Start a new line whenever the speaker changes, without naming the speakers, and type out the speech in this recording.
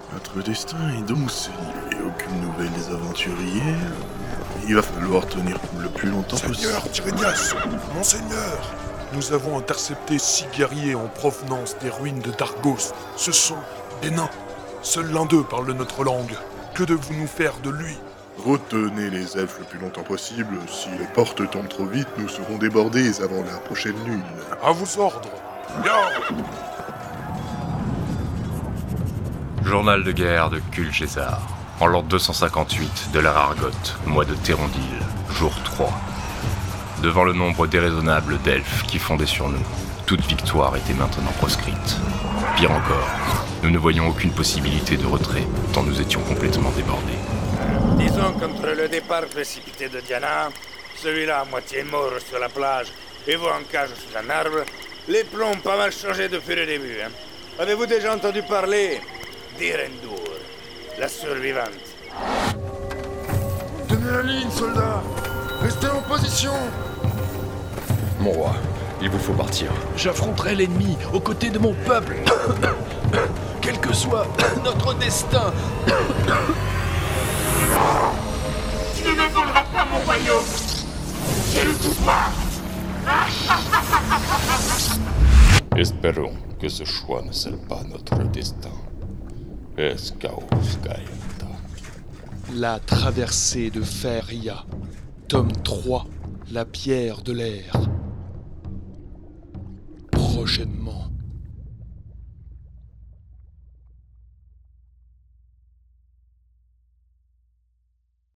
Notre destin est donc scellé. Aucune nouvelle des aventuriers. Il va falloir tenir le plus longtemps possible.
Seigneur Tirenias, Monseigneur, nous avons intercepté 6 guerriers en provenance des ruines de Dargos. Ce sont des nains. Seul l'un d'eux parle notre langue. Que devons-nous faire de lui?
Retenez les elfes le plus longtemps possible. Si les portes tombent trop vite, nous serons débordés avant la prochaine lune.
À vos ordres. Bien.
Journal de guerre de Kul César. En l'an 258 de l'ère Argote, mois de Térondil, jour 3. Devant le nombre déraisonnable d'elfes qui fondaient sur nous, toute victoire était maintenant proscrite. Pire encore, nous ne voyions aucune possibilité de retrait, tant nous étions complètement débordés.
Disons qu'entre le départ précipité de Diana, celui-là à moitié mort sur la plage, et vous en cage sous un arbre, les plombs ont pas mal changé depuis le début, hein. Avez-vous déjà entendu parler d'Irendur, la survivante?
Tenez la ligne, soldats. Restez en position.
Mon roi, il vous faut partir.
J'affronterai l'ennemi aux côtés de mon peuple, quel que soit notre destin.
Tu ne voleras pas mon royaume. J'ai le pouvoir.
Espérons que ce choix ne scelle pas notre destin. Escaoskaïta.
La traversée de Feria, tome 3, la pierre de l'air.